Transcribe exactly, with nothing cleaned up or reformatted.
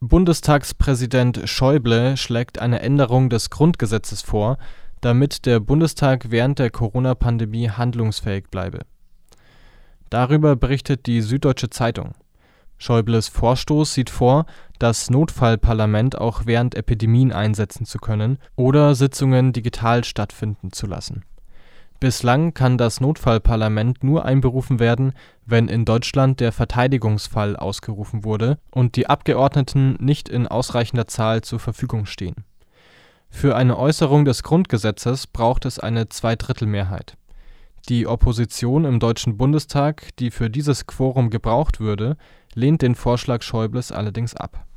Bundestagspräsident Schäuble schlägt eine Änderung des Grundgesetzes vor, damit der Bundestag während der Corona-Pandemie handlungsfähig bleibe. Darüber berichtet die Süddeutsche Zeitung. Schäubles Vorstoß sieht vor, das Notfallparlament auch während Epidemien einsetzen zu können oder Sitzungen digital stattfinden zu lassen. Bislang kann das Notfallparlament nur einberufen werden, wenn in Deutschland der Verteidigungsfall ausgerufen wurde und die Abgeordneten nicht in ausreichender Zahl zur Verfügung stehen. Für eine Äußerung des Grundgesetzes braucht es eine Zweidrittelmehrheit. Die Opposition im Deutschen Bundestag, die für dieses Quorum gebraucht würde, lehnt den Vorschlag Schäubles allerdings ab